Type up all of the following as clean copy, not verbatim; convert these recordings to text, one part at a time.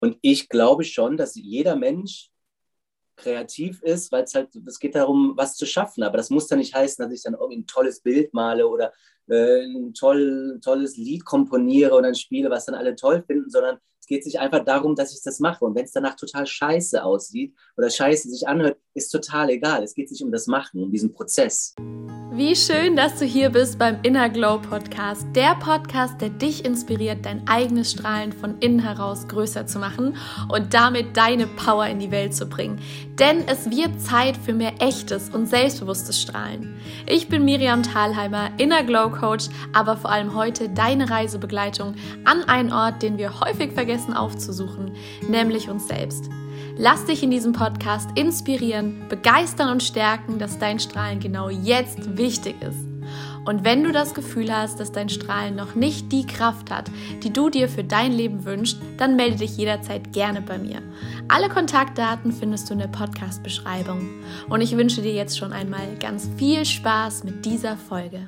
Und ich glaube schon, dass jeder Mensch kreativ ist, weil es geht darum, was zu schaffen. Aber das muss dann nicht heißen, dass ich dann irgendwie ein tolles Bild male oder ein tolles Lied komponiere oder ein spiele, was dann alle toll finden, sondern es geht sich einfach darum, dass ich das mache. Und wenn es danach total scheiße aussieht oder scheiße sich anhört, ist total egal. Es geht sich um das Machen, um diesen Prozess. Wie schön, dass du hier bist beim Inner Glow Podcast, der Podcast, der dich inspiriert, dein eigenes Strahlen von innen heraus größer zu machen und damit deine Power in die Welt zu bringen. Denn es wird Zeit für mehr echtes und selbstbewusstes Strahlen. Ich bin Miriam Thalheimer, Inner Glow Coach, aber vor allem heute deine Reisebegleitung an einen Ort, den wir häufig vergessen aufzusuchen, nämlich uns selbst. Lass dich in diesem Podcast inspirieren, begeistern und stärken, dass dein Strahlen genau jetzt wichtig ist. Und wenn du das Gefühl hast, dass dein Strahlen noch nicht die Kraft hat, die du dir für dein Leben wünschst, dann melde dich jederzeit gerne bei mir. Alle Kontaktdaten findest du in der Podcast-Beschreibung. Und ich wünsche dir jetzt schon einmal ganz viel Spaß mit dieser Folge.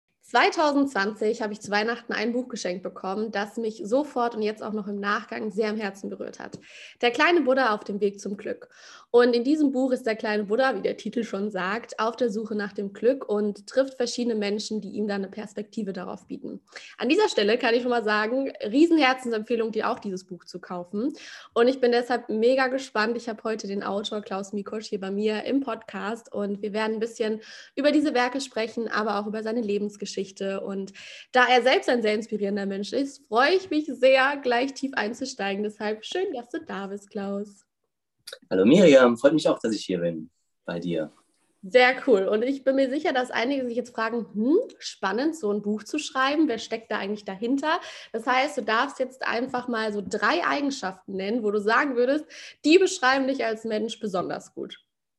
2020 habe ich zu Weihnachten ein Buch geschenkt bekommen, das mich sofort und jetzt auch noch im Nachgang sehr am Herzen berührt hat. Der kleine Buddha auf dem Weg zum Glück. Und in diesem Buch ist der kleine Buddha, wie der Titel schon sagt, auf der Suche nach dem Glück und trifft verschiedene Menschen, die ihm dann eine Perspektive darauf bieten. An dieser Stelle kann ich schon mal sagen, Riesenherzensempfehlung, dir auch dieses Buch zu kaufen. Und ich bin deshalb mega gespannt. Ich habe heute den Autor Klaus Mikosch hier bei mir im Podcast und wir werden ein bisschen über diese Werke sprechen, aber auch über seine Lebensgeschichte. Und da er selbst ein sehr inspirierender Mensch ist, freue ich mich sehr, gleich tief einzusteigen. Deshalb schön, dass du da bist, Klaus. Hallo Miriam, freut mich auch, dass ich hier bin bei dir. Sehr cool. Und ich bin mir sicher, dass einige sich jetzt fragen, spannend, so ein Buch zu schreiben. Wer steckt da eigentlich dahinter? Das heißt, du darfst jetzt einfach mal so 3 Eigenschaften nennen, wo du sagen würdest, die beschreiben dich als Mensch besonders gut.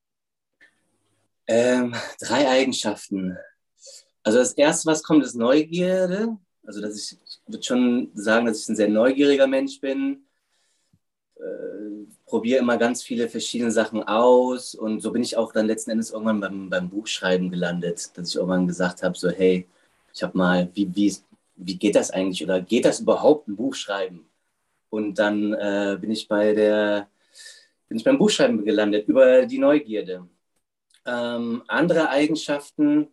3 Eigenschaften. Also das Erste, was kommt, ist Neugierde. Also ich würde schon sagen, dass ich ein sehr neugieriger Mensch bin. Probiere immer ganz viele verschiedene Sachen aus. Und so bin ich auch dann letzten Endes irgendwann beim Buchschreiben gelandet. Dass ich irgendwann gesagt habe, so hey, ich habe mal, wie geht das eigentlich? Oder geht das überhaupt, ein Buch schreiben? Und dann bin ich beim Buchschreiben gelandet, über die Neugierde. Andere Eigenschaften.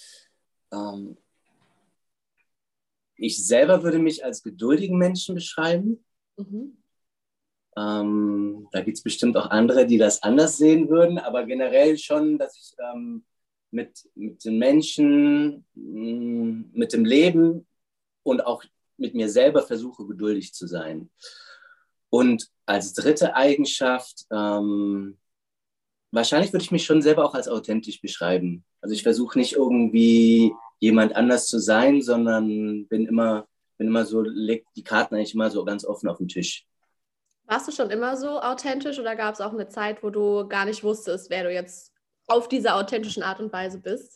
Ich selber würde mich als geduldigen Menschen beschreiben. Da gibt es bestimmt auch andere, die das anders sehen würden, aber generell schon, dass ich mit den Menschen, mit dem Leben und auch mit mir selber versuche, geduldig zu sein. Und als dritte Eigenschaft, wahrscheinlich würde ich mich schon selber auch als authentisch beschreiben. Also ich versuche nicht irgendwie jemand anders zu sein, sondern bin immer so, leg die Karten eigentlich immer so ganz offen auf den Tisch. Warst du schon immer so authentisch oder gab es auch eine Zeit, wo du gar nicht wusstest, wer du jetzt auf diese authentischen Art und Weise bist?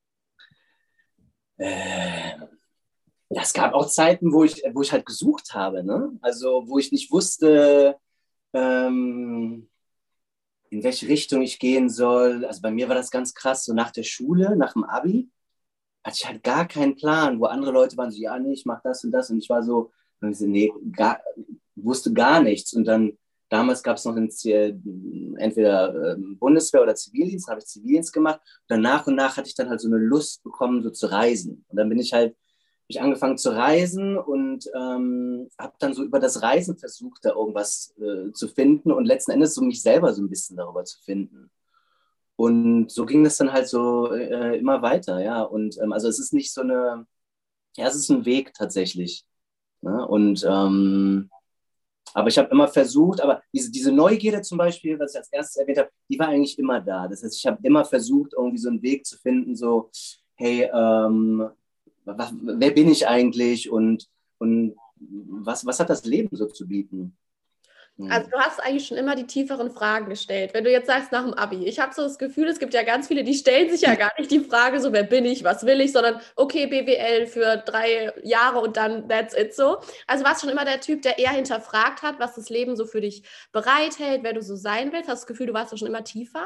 Es gab auch Zeiten, wo ich halt gesucht habe, ne? Also wo ich nicht wusste, in welche Richtung ich gehen soll. Also bei mir war das ganz krass, so nach der Schule, nach dem Abi, hatte ich halt gar keinen Plan, wo andere Leute waren so, ja, nee, ich mach das und das. Und ich war so, nee, wusste gar nichts. Und dann, damals gab es noch entweder Bundeswehr oder Zivildienst, habe ich Zivildienst gemacht. Und dann nach und nach hatte ich dann halt so eine Lust bekommen, so zu reisen. Und dann bin ich angefangen zu reisen und habe dann so über das Reisen versucht, da irgendwas zu finden und letzten Endes so mich selber so ein bisschen darüber zu finden. Und so ging das dann halt so immer weiter, ja. Und also es ist nicht so es ist ein Weg tatsächlich. Ne? Und aber ich habe immer versucht, aber diese Neugierde zum Beispiel, was ich als erstes erwähnt habe, die war eigentlich immer da. Das heißt, ich habe immer versucht, irgendwie so einen Weg zu finden, so, hey, wer bin ich eigentlich und was hat das Leben so zu bieten? Also du hast eigentlich schon immer die tieferen Fragen gestellt. Wenn du jetzt sagst nach dem Abi, ich habe so das Gefühl, es gibt ja ganz viele, die stellen sich ja gar nicht die Frage so, wer bin ich, was will ich, sondern okay, BWL für 3 Jahre und dann that's it so. Also warst du schon immer der Typ, der eher hinterfragt hat, was das Leben so für dich bereithält, wer du so sein willst? Hast du das Gefühl, du warst doch schon immer tiefer?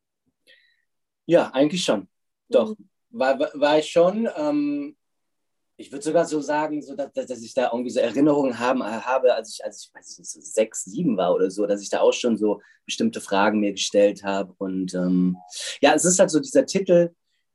Ja, eigentlich schon. Doch, war ich schon. Ich würde sogar so sagen, so dass ich da irgendwie so Erinnerungen habe, als ich weiß nicht, so 6, 7 war oder so, dass ich da auch schon so bestimmte Fragen mir gestellt habe. Und ja, es ist halt so dieser Titel,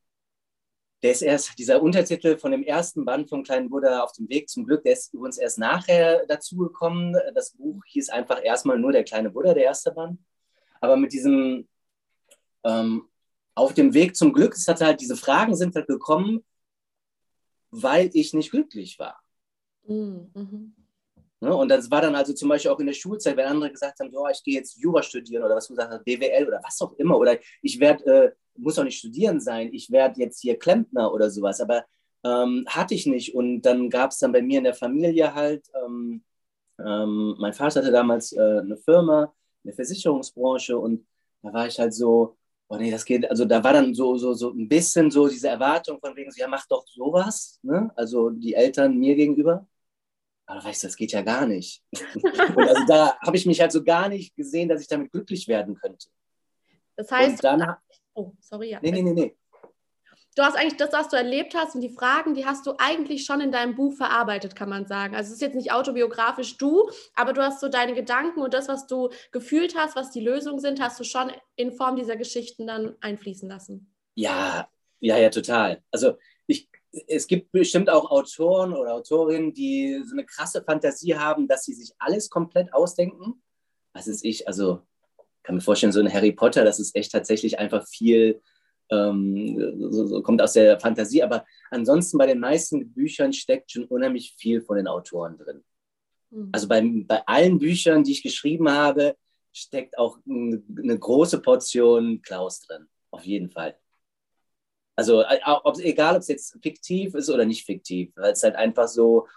dieser Untertitel von dem ersten Band vom kleinen Buddha auf dem Weg zum Glück, der ist übrigens erst nachher dazugekommen. Das Buch hieß einfach erstmal nur der kleine Buddha, der erste Band. Aber mit diesem auf dem Weg zum Glück, es hatte halt, diese Fragen sind halt gekommen, weil ich nicht glücklich war. Mhm. Ne? Und das war dann also zum Beispiel auch in der Schulzeit, wenn andere gesagt haben, oh, ich gehe jetzt Jura studieren oder was du gesagt hast, BWL oder was auch immer, oder ich muss auch nicht studieren sein, ich werde jetzt hier Klempner oder sowas, aber hatte ich nicht. Und dann gab es dann bei mir in der Familie halt, mein Vater hatte damals eine Firma, eine Versicherungsbranche, und da war ich halt so, oh nee, das geht, also da war dann so ein bisschen so diese Erwartung von wegen so, ja, mach doch sowas, ne? Also die Eltern mir gegenüber. Aber weißt du, das geht ja gar nicht. Und also da habe ich mich halt so gar nicht gesehen, dass ich damit glücklich werden könnte. Das heißt, und dann, oh, sorry, ja. Nee. Du hast eigentlich das, was du erlebt hast und die Fragen, die hast du eigentlich schon in deinem Buch verarbeitet, kann man sagen. Also es ist jetzt nicht autobiografisch du, aber du hast so deine Gedanken und das, was du gefühlt hast, was die Lösungen sind, hast du schon in Form dieser Geschichten dann einfließen lassen. Ja, total. Also es gibt bestimmt auch Autoren oder Autorinnen, die so eine krasse Fantasie haben, dass sie sich alles komplett ausdenken. Was ist ich? Also kann mir vorstellen, so ein Harry Potter, das ist echt tatsächlich einfach viel, kommt aus der Fantasie. Aber ansonsten bei den meisten Büchern steckt schon unheimlich viel von den Autoren drin. Also bei allen Büchern, die ich geschrieben habe, steckt auch eine große Portion Klaus drin. Auf jeden Fall. Also egal, ob es jetzt fiktiv ist oder nicht fiktiv, weil es halt einfach so,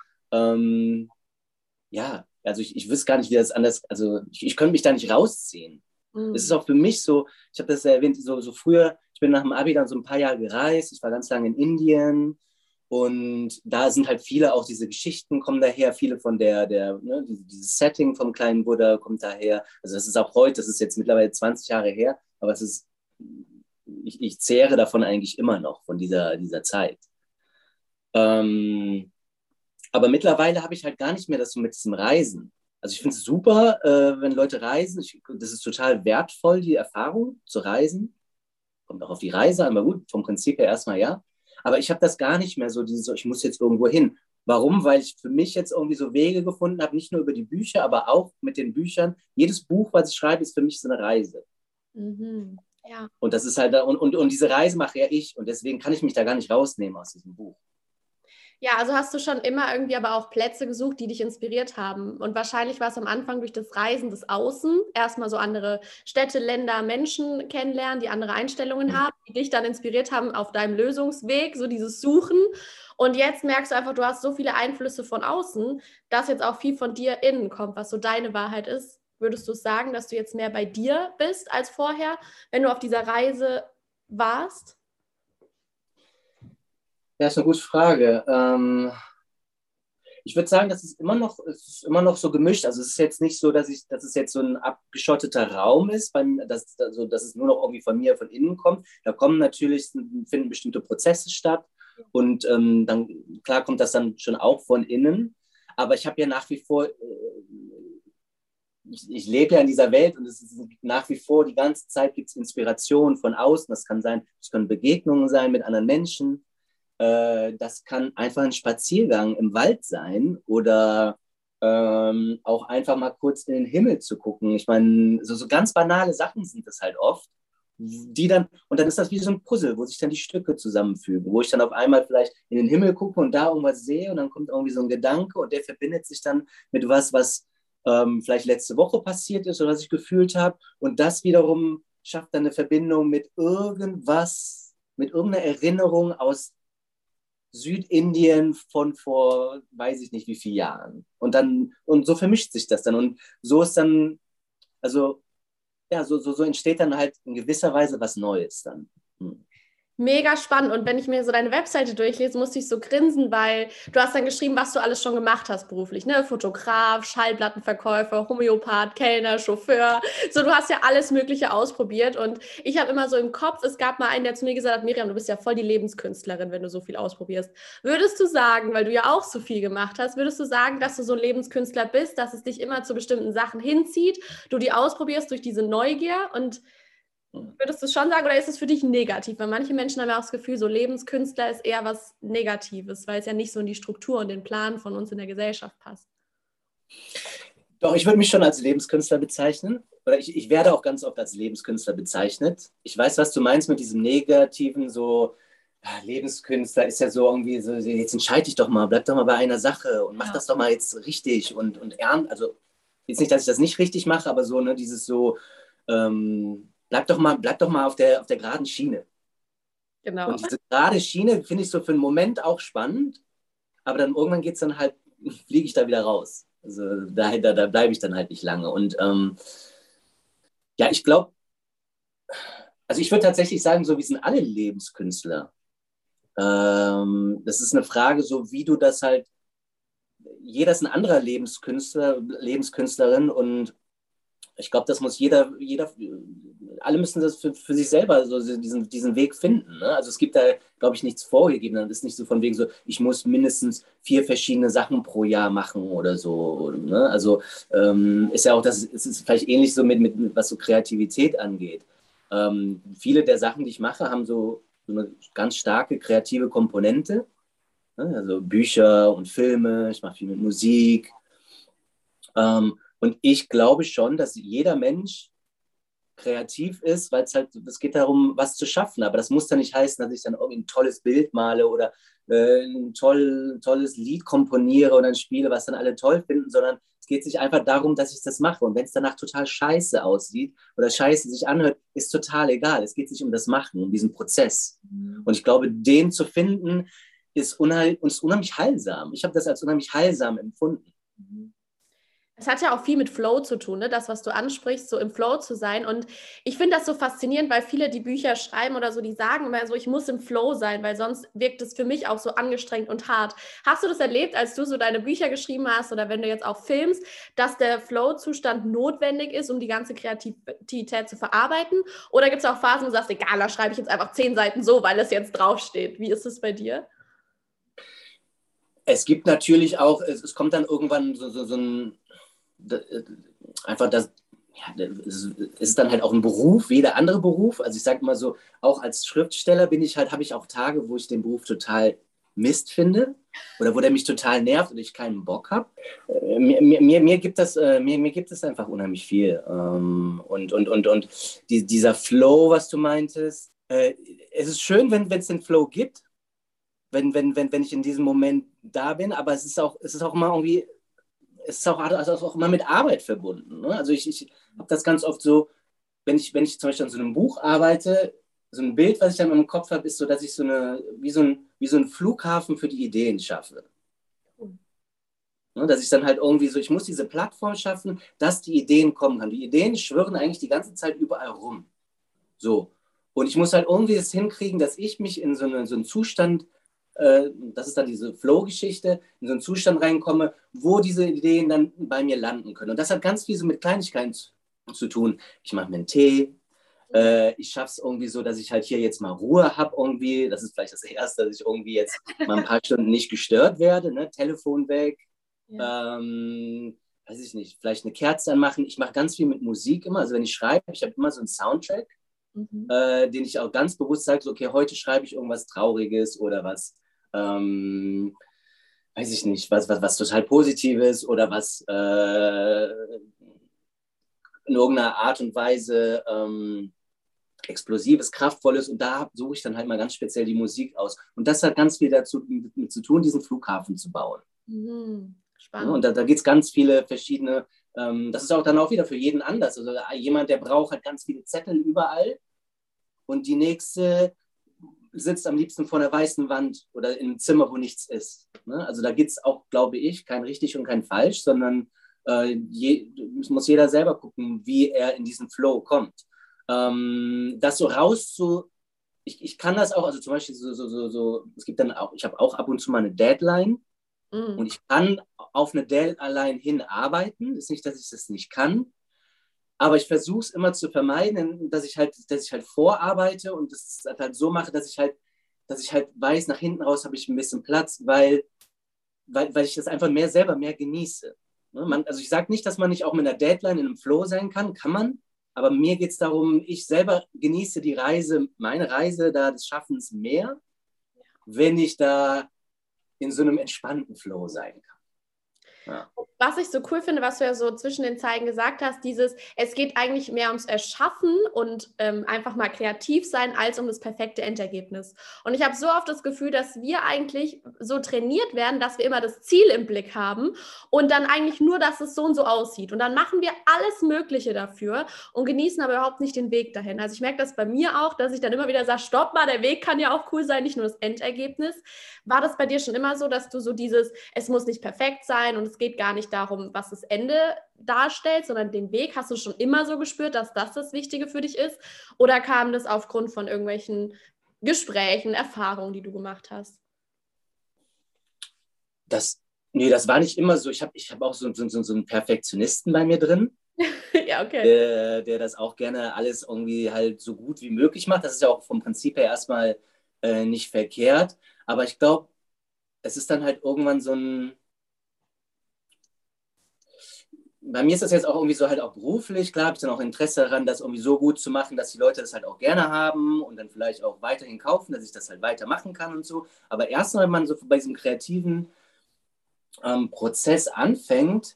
ja, also ich wüsste gar nicht, wie das anders, also ich könnte mich da nicht rausziehen. Es ist auch für mich so, ich habe das ja erwähnt, so früher, ich bin nach dem Abi dann so ein paar Jahre gereist, ich war ganz lange in Indien, und da sind halt viele, auch diese Geschichten kommen daher, viele von ne, dieses Setting vom kleinen Buddha kommt daher. Also das ist auch heute, das ist jetzt mittlerweile 20 Jahre her, aber es ist, ich zehre davon eigentlich immer noch, von dieser Zeit. Aber mittlerweile habe ich halt gar nicht mehr das so mit diesem Reisen. Also ich finde es super, wenn Leute reisen. Das ist total wertvoll, die Erfahrung zu reisen. Kommt auch auf die Reise an, aber gut, vom Prinzip her erstmal ja. Aber ich habe das gar nicht mehr so, ich muss jetzt irgendwo hin. Warum? Weil ich für mich jetzt irgendwie so Wege gefunden habe, nicht nur über die Bücher, aber auch mit den Büchern. Jedes Buch, was ich schreibe, ist für mich so eine Reise. Mhm. Ja. Und das ist halt, und diese Reise mache ja ich, und deswegen kann ich mich da gar nicht rausnehmen aus diesem Buch. Ja, also hast du schon immer irgendwie aber auch Plätze gesucht, die dich inspiriert haben. Und wahrscheinlich war es am Anfang durch das Reisen des Außen, erstmal so andere Städte, Länder, Menschen kennenlernen, die andere Einstellungen haben, die dich dann inspiriert haben auf deinem Lösungsweg, so dieses Suchen. Und jetzt merkst du einfach, du hast so viele Einflüsse von außen, dass jetzt auch viel von dir innen kommt, was so deine Wahrheit ist. Würdest du sagen, dass du jetzt mehr bei dir bist als vorher, wenn du auf dieser Reise warst? Ja, ist eine gute Frage. Ich würde sagen, es ist immer noch so gemischt. Also es ist jetzt nicht so, dass es jetzt so ein abgeschotteter Raum ist, dass es nur noch irgendwie von mir, von innen kommt. Da finden bestimmte Prozesse statt, und dann, klar, kommt das dann schon auch von innen. Aber ich habe ja nach wie vor, ich lebe ja in dieser Welt, und es ist nach wie vor, die ganze Zeit gibt es Inspiration von außen. Das können Begegnungen sein mit anderen Menschen. Das kann einfach ein Spaziergang im Wald sein, oder auch einfach mal kurz in den Himmel zu gucken. Ich meine, so ganz banale Sachen sind das halt oft, und dann ist das wie so ein Puzzle, wo sich dann die Stücke zusammenfügen, wo ich dann auf einmal vielleicht in den Himmel gucke und da irgendwas sehe, und dann kommt irgendwie so ein Gedanke, und der verbindet sich dann mit was vielleicht letzte Woche passiert ist oder was ich gefühlt habe, und das wiederum schafft dann eine Verbindung mit irgendwas, mit irgendeiner Erinnerung aus Südindien von vor, weiß ich nicht wie vielen Jahren. Und so vermischt sich das dann. Und so ist dann, also, ja, so entsteht dann halt in gewisser Weise was Neues dann. Mega spannend. Und wenn ich mir so deine Webseite durchlese, musste ich so grinsen, weil du hast dann geschrieben, was du alles schon gemacht hast beruflich, ne? Fotograf, Schallplattenverkäufer, Homöopath, Kellner, Chauffeur. So, du hast ja alles Mögliche ausprobiert. Und ich habe immer so im Kopf, es gab mal einen, der zu mir gesagt hat, Miriam, du bist ja voll die Lebenskünstlerin, wenn du so viel ausprobierst. Würdest du sagen, weil du ja auch so viel gemacht hast, würdest du sagen, dass du so ein Lebenskünstler bist, dass es dich immer zu bestimmten Sachen hinzieht, du die ausprobierst durch diese Neugier und würdest du es schon sagen, oder ist es für dich negativ? Weil manche Menschen haben ja auch das Gefühl, so Lebenskünstler ist eher was Negatives, weil es ja nicht so in die Struktur und den Plan von uns in der Gesellschaft passt. Doch, ich würde mich schon als Lebenskünstler bezeichnen. Oder ich werde auch ganz oft als Lebenskünstler bezeichnet. Ich weiß, was du meinst mit diesem Negativen, so Lebenskünstler ist ja so irgendwie so, jetzt entscheide dich doch mal, bleib doch mal bei einer Sache und mach das doch mal jetzt richtig und ernst. Also jetzt nicht, dass ich das nicht richtig mache, aber so, ne, dieses so, bleib doch mal auf der geraden Schiene. Genau. Und diese gerade Schiene finde ich so für einen Moment auch spannend, aber dann irgendwann geht es dann halt, fliege ich da wieder raus. Also da bleibe ich dann halt nicht lange. Und ja, ich glaube, also ich würde tatsächlich sagen, so, wir sind alle Lebenskünstler. Das ist eine Frage, so wie du das halt, jeder ist ein anderer Lebenskünstler, Lebenskünstlerin und ich glaube, das muss jeder, alle müssen das für sich selber so diesen Weg finden. Ne? Also es gibt da, glaube ich, nichts vorgegeben. Das ist nicht so von wegen so, ich muss mindestens 4 verschiedene Sachen pro Jahr machen oder so. Ne? Also ist ja auch das, es ist vielleicht ähnlich so mit was so Kreativität angeht. Viele der Sachen, die ich mache, haben so eine ganz starke kreative Komponente. Ne? Also Bücher und Filme, ich mache viel mit Musik. Und ich glaube schon, dass jeder Mensch kreativ ist, weil es geht darum, was zu schaffen. Aber das muss dann nicht heißen, dass ich dann irgendwie ein tolles Bild male oder ein tolles Lied komponiere oder ein spiele, was dann alle toll finden, sondern es geht sich einfach darum, dass ich das mache. Und wenn es danach total scheiße aussieht oder scheiße sich anhört, ist total egal. Es geht sich um das Machen, um diesen Prozess. Und ich glaube, den zu finden, ist unheimlich heilsam. Ich habe das als unheimlich heilsam empfunden. Es hat ja auch viel mit Flow zu tun, ne? Das, was du ansprichst, so im Flow zu sein. Und ich finde das so faszinierend, weil viele, die Bücher schreiben oder so, die sagen immer so, ich muss im Flow sein, weil sonst wirkt es für mich auch so angestrengt und hart. Hast du das erlebt, als du so deine Bücher geschrieben hast oder wenn du jetzt auch filmst, dass der Flow-Zustand notwendig ist, um die ganze Kreativität zu verarbeiten? Oder gibt es auch Phasen, wo du sagst, egal, da schreibe ich jetzt einfach 10 Seiten so, weil es jetzt draufsteht. Wie ist es bei dir? Es gibt natürlich auch, es kommt dann irgendwann so ein einfach das, ja, es ist dann halt auch ein Beruf, wie jeder andere Beruf. Also ich sage mal so, auch als Schriftsteller habe ich auch Tage, wo ich den Beruf total Mist finde oder wo der mich total nervt und ich keinen Bock habe. Mir gibt es einfach unheimlich viel. Und dieser Flow, was du meintest, es ist schön, wenn es den Flow gibt, wenn ich in diesem Moment da bin, aber es ist auch immer irgendwie, es ist auch immer mit Arbeit verbunden. Ne? Also ich habe das ganz oft so, wenn ich zum Beispiel an so einem Buch arbeite, so ein Bild, was ich dann im Kopf habe, ist so, dass ich wie so ein Flughafen für die Ideen schaffe. Ne? Dass ich dann halt irgendwie so, ich muss diese Plattform schaffen, dass die Ideen kommen können. Die Ideen schwirren eigentlich die ganze Zeit überall rum. So. Und ich muss halt irgendwie das hinkriegen, dass ich mich in so einen Zustand, das ist dann diese Flow-Geschichte, in so einen Zustand reinkomme, wo diese Ideen dann bei mir landen können. Und das hat ganz viel so mit Kleinigkeiten zu tun. Ich mache mir einen Tee, ich schaffe es irgendwie so, dass ich halt hier jetzt mal Ruhe habe irgendwie. Das ist vielleicht das Erste, dass ich irgendwie jetzt mal ein paar Stunden nicht gestört werde, ne? Telefon weg, ja. Weiß ich nicht, vielleicht eine Kerze anmachen. Ich mache ganz viel mit Musik immer. Also wenn ich schreibe, ich habe immer so einen Soundtrack, den ich auch ganz bewusst sage, so, okay, heute schreibe ich irgendwas Trauriges oder was, weiß ich nicht, was total Positives oder was in irgendeiner Art und Weise Explosives, Kraftvolles, und da suche ich dann halt mal ganz speziell die Musik aus. Und das hat ganz viel damit zu tun, diesen Flughafen zu bauen. Spannend. Ja, und da gibt es ganz viele verschiedene, das ist auch dann auch wieder für jeden anders. Also jemand, der braucht halt ganz viele Zettel überall und die nächste sitzt am liebsten vor einer weißen Wand oder in einem Zimmer, wo nichts ist. Ne? Also da gibt es auch, glaube ich, kein richtig und kein falsch, sondern muss jeder selber gucken, wie er in diesen Flow kommt. Das so ich kann das auch, also zum Beispiel es gibt dann auch, ich habe auch ab und zu mal eine Deadline und ich kann auf eine Deadline hinarbeiten. Ist nicht, dass ich das nicht kann, aber ich versuche es immer zu vermeiden, dass ich halt vorarbeite und das halt so mache, dass ich halt weiß, nach hinten raus habe ich ein bisschen Platz, weil ich das einfach selber mehr genieße. Also ich sage nicht, dass man nicht auch mit einer Deadline in einem Flow sein kann man, aber mir geht es darum, ich selber genieße die Reise, meine Reise da des Schaffens mehr, wenn ich da in so einem entspannten Flow sein kann. Ja. Was ich so cool finde, was du ja so zwischen den Zeilen gesagt hast, es geht eigentlich mehr ums Erschaffen und einfach mal kreativ sein, als um das perfekte Endergebnis. Und ich habe so oft das Gefühl, dass wir eigentlich so trainiert werden, dass wir immer das Ziel im Blick haben und dann eigentlich nur, dass es so und so aussieht. Und dann machen wir alles Mögliche dafür und genießen aber überhaupt nicht den Weg dahin. Also ich merke das bei mir auch, dass ich dann immer wieder sage, stopp mal, der Weg kann ja auch cool sein, nicht nur das Endergebnis. War das bei dir schon immer so, dass du so es muss nicht perfekt sein und es geht gar nicht darum, was das Ende darstellt, sondern den Weg? Hast du schon immer so gespürt, dass das Wichtige für dich ist? Oder kam das aufgrund von irgendwelchen Gesprächen, Erfahrungen, die du gemacht hast? Das war nicht immer so. Ich hab auch so einen Perfektionisten bei mir drin. Ja, okay. Der das auch gerne alles irgendwie halt so gut wie möglich macht. Das ist ja auch vom Prinzip her erstmal nicht verkehrt. Aber ich glaube, es ist dann halt irgendwann so ein... Bei mir ist das jetzt auch irgendwie so halt auch beruflich, klar habe ich dann auch Interesse daran, das irgendwie so gut zu machen, dass die Leute das halt auch gerne haben und dann vielleicht auch weiterhin kaufen, dass ich das halt weitermachen kann und so. Aber erst mal, wenn man so bei diesem kreativen Prozess anfängt,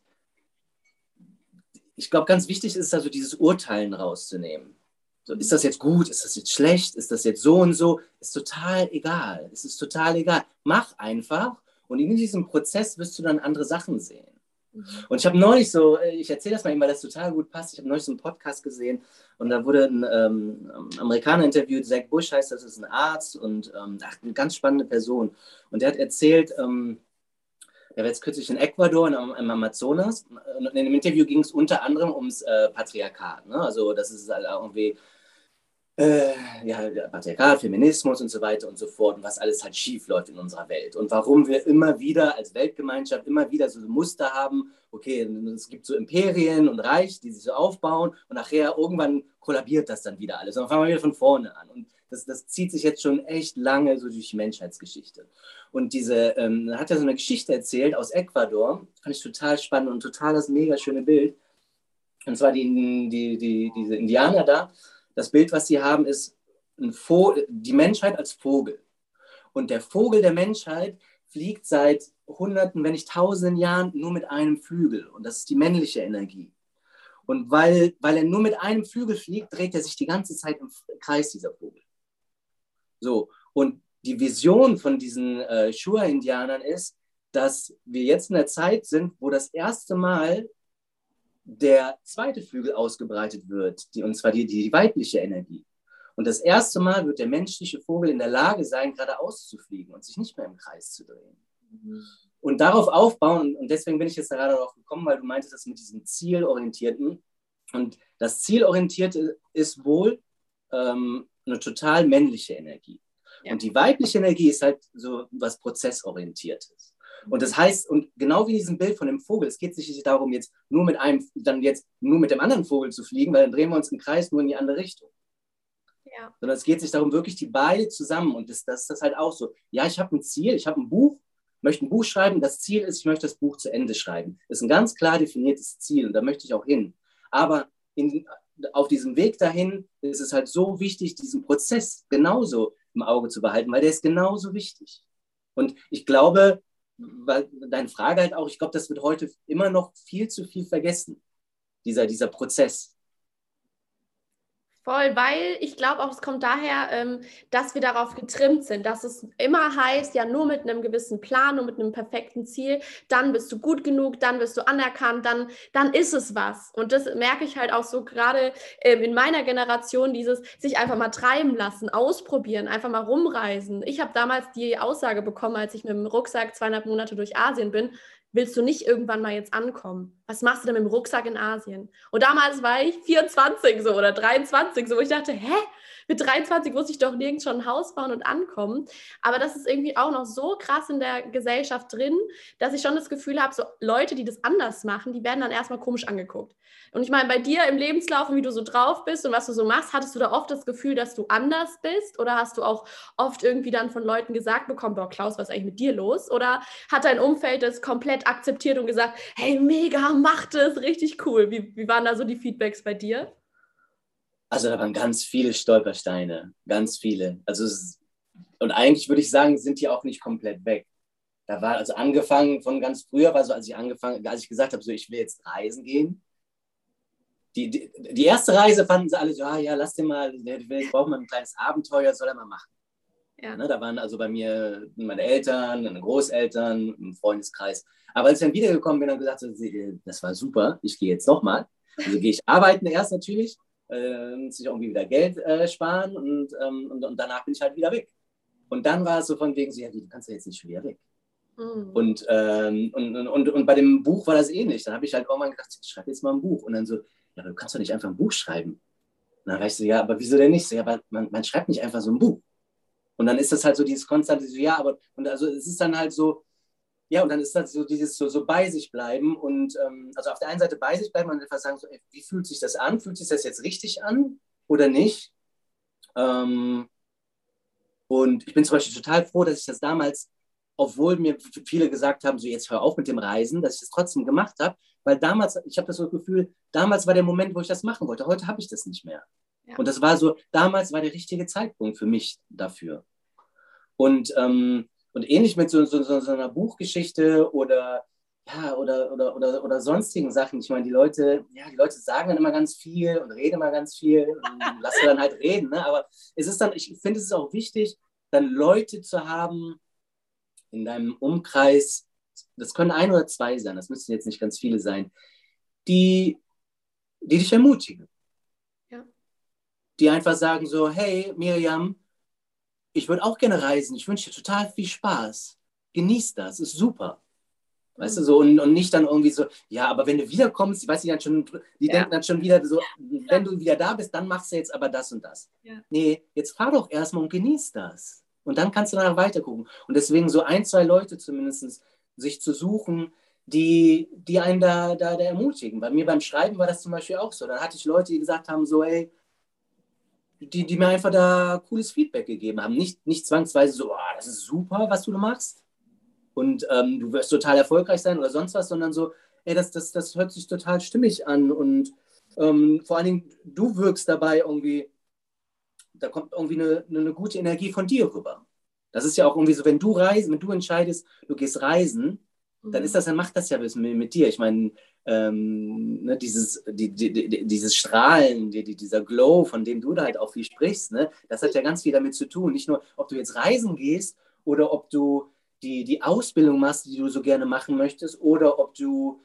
ich glaube, ganz wichtig ist also dieses Urteilen rauszunehmen. So, ist das jetzt gut? Ist das jetzt schlecht? Ist das jetzt so und so? Ist total egal. Es ist total egal. Mach einfach und in diesem Prozess wirst du dann andere Sachen sehen. Und ich habe neulich ich erzähle das mal eben, weil das total gut passt. Ich habe neulich so einen Podcast gesehen und da wurde ein Amerikaner interviewt, Zach Bush heißt das, ist ein Arzt und eine ganz spannende Person. Und der hat erzählt, der war jetzt kürzlich in Ecuador, im Amazonas. Und in dem Interview ging es unter anderem ums Patriarchat. Ne? Also das ist halt irgendwie Patriarchat, Feminismus und so weiter und so fort und was alles halt schief läuft in unserer Welt und warum wir immer wieder als Weltgemeinschaft immer wieder so Muster haben, okay, es gibt so Imperien und Reich, die sich so aufbauen und nachher irgendwann kollabiert das dann wieder alles und dann fangen wir wieder von vorne an und das zieht sich jetzt schon echt lange so durch die Menschheitsgeschichte und hat er so eine Geschichte erzählt aus Ecuador, fand ich total spannend und total das mega schöne Bild und zwar diese Indianer da. Das Bild, was sie haben, ist die Menschheit als Vogel. Und der Vogel der Menschheit fliegt seit Hunderten, wenn nicht Tausenden Jahren nur mit einem Flügel. Und das ist die männliche Energie. Und weil er nur mit einem Flügel fliegt, dreht er sich die ganze Zeit im Kreis, dieser Vogel. So. Und die Vision von diesen Shuar-Indianern ist, dass wir jetzt in der Zeit sind, wo das erste Mal der zweite Flügel ausgebreitet wird, und zwar die weibliche Energie. Und das erste Mal wird der menschliche Vogel in der Lage sein, geradeaus zu fliegen und sich nicht mehr im Kreis zu drehen. Und darauf aufbauen, und deswegen bin ich jetzt gerade darauf gekommen, weil du meintest, das mit diesem Zielorientierten. Und das Zielorientierte ist wohl eine total männliche Energie. Ja. Und die weibliche Energie ist halt so was Prozessorientiertes. Und das heißt, und genau wie in diesem Bild von dem Vogel, es geht sich nicht darum, jetzt nur mit dem anderen Vogel zu fliegen, weil dann drehen wir uns im Kreis nur in die andere Richtung. Ja. Sondern es geht sich darum, wirklich die beide zusammen. Und das ist halt auch so. Ja, ich habe ein Ziel, ich habe ein Buch, möchte ein Buch schreiben. Das Ziel ist, ich möchte das Buch zu Ende schreiben. Das ist ein ganz klar definiertes Ziel und da möchte ich auch hin. Aber auf diesem Weg dahin ist es halt so wichtig, diesen Prozess genauso im Auge zu behalten, weil der ist genauso wichtig. Und ich glaube, weil deine Frage halt auch, ich glaube, das wird heute immer noch viel zu viel vergessen, dieser Prozess. Voll, weil ich glaube auch, es kommt daher, dass wir darauf getrimmt sind, dass es immer heißt, ja nur mit einem gewissen Plan und mit einem perfekten Ziel, dann bist du gut genug, dann wirst du anerkannt, dann ist es was. Und das merke ich halt auch so gerade in meiner Generation, dieses sich einfach mal treiben lassen, ausprobieren, einfach mal rumreisen. Ich habe damals die Aussage bekommen, als ich mit dem Rucksack 2,5 Monate durch Asien bin, willst du nicht irgendwann mal jetzt ankommen? was machst du denn mit dem Rucksack in Asien? Und damals war ich 24 so oder 23 so, wo ich dachte, hä? Mit 23 muss ich doch nirgends schon ein Haus bauen und ankommen. Aber das ist irgendwie auch noch so krass in der Gesellschaft drin, dass ich schon das Gefühl habe, so Leute, die das anders machen, die werden dann erstmal komisch angeguckt. Und ich meine, bei dir im Lebenslauf und wie du so drauf bist und was du so machst, hattest du da oft das Gefühl, dass du anders bist? Oder hast du auch oft irgendwie dann von Leuten gesagt bekommen, boah, Klaus, was ist eigentlich mit dir los? Oder hat dein Umfeld das komplett akzeptiert und gesagt, hey, mega, mach das, richtig cool. Wie waren da so die Feedbacks bei dir? Also da waren ganz viele Stolpersteine, ganz viele. Und eigentlich würde ich sagen, sind die auch nicht komplett weg. Da war also angefangen von ganz früher, war so, als ich gesagt habe, so ich will jetzt reisen gehen. Die erste Reise fanden sie alle so, ja, lass den mal, ich brauche mal ein kleines Abenteuer, soll er mal machen. Ja. Ne, da waren also bei mir meine Eltern, meine Großeltern, ein Freundeskreis. Aber als ich dann wiedergekommen bin und gesagt habe, das war super, ich gehe jetzt nochmal. Also gehe ich arbeiten erst natürlich, muss ich irgendwie wieder Geld sparen und danach bin ich halt wieder weg. Und dann war es so von wegen so, ja, du kannst ja jetzt nicht schon wieder weg. Mhm. Und bei dem Buch war das ähnlich. Dann habe ich halt irgendwann gedacht, ich schreibe jetzt mal ein Buch. Und dann so, ja, aber du kannst doch nicht einfach ein Buch schreiben. Und dann war ich so, ja, aber wieso denn nicht? So, ja, aber man schreibt nicht einfach so ein Buch. Und dann ist das halt so dieses konstante, so, ja, aber, und also es ist dann halt so, ja, und dann ist das so dieses so bei sich bleiben und also auf der einen Seite bei sich bleiben und einfach sagen, so, ey, wie fühlt sich das an? Fühlt sich das jetzt richtig an oder nicht? Und ich bin zum Beispiel total froh, dass ich das damals, obwohl mir viele gesagt haben, so jetzt hör auf mit dem Reisen, dass ich das trotzdem gemacht habe, weil damals, ich habe das so Gefühl, damals war der Moment, wo ich das machen wollte. Heute habe ich das nicht mehr. Ja. Und das war so, damals war der richtige Zeitpunkt für mich dafür. Und ähnlich mit so einer Buchgeschichte oder sonstigen Sachen. Ich meine, die Leute sagen dann immer ganz viel und reden immer ganz viel und lass dann halt reden. Ne? Aber es ist dann, ich finde, es ist auch wichtig, dann Leute zu haben in deinem Umkreis, das können 1 oder 2 sein, das müssen jetzt nicht ganz viele sein, die dich ermutigen. Ja. Die einfach sagen so, hey, Miriam, ich würde auch gerne reisen, ich wünsche dir total viel Spaß. Genieß das, ist super. Weißt du, so, und nicht dann irgendwie so, ja, aber wenn du wiederkommst, denken dann schon wieder so, wenn du wieder da bist, dann machst du jetzt aber das und das. Ja. Nee, jetzt fahr doch erstmal und genieß das. Und dann kannst du danach weiter gucken. Und deswegen so 1, 2 Leute zumindest sich zu suchen, die einen da ermutigen. Bei mir beim Schreiben war das zum Beispiel auch so. Dann hatte ich Leute, die gesagt haben, so, ey, die mir einfach da cooles Feedback gegeben haben. Nicht zwangsweise so, oh, das ist super, was du machst und du wirst total erfolgreich sein oder sonst was, sondern so, ey, das hört sich total stimmig an und vor allen Dingen, du wirkst dabei irgendwie, da kommt irgendwie eine gute Energie von dir rüber. Das ist ja auch irgendwie so, wenn du entscheidest, du gehst reisen, dann macht das ja was mit dir. Ich meine, ne, dieses Strahlen, dieser Glow, von dem du da halt auch viel sprichst, ne, das hat ja ganz viel damit zu tun. Nicht nur, ob du jetzt reisen gehst oder ob du die Ausbildung machst, die du so gerne machen möchtest, oder ob du,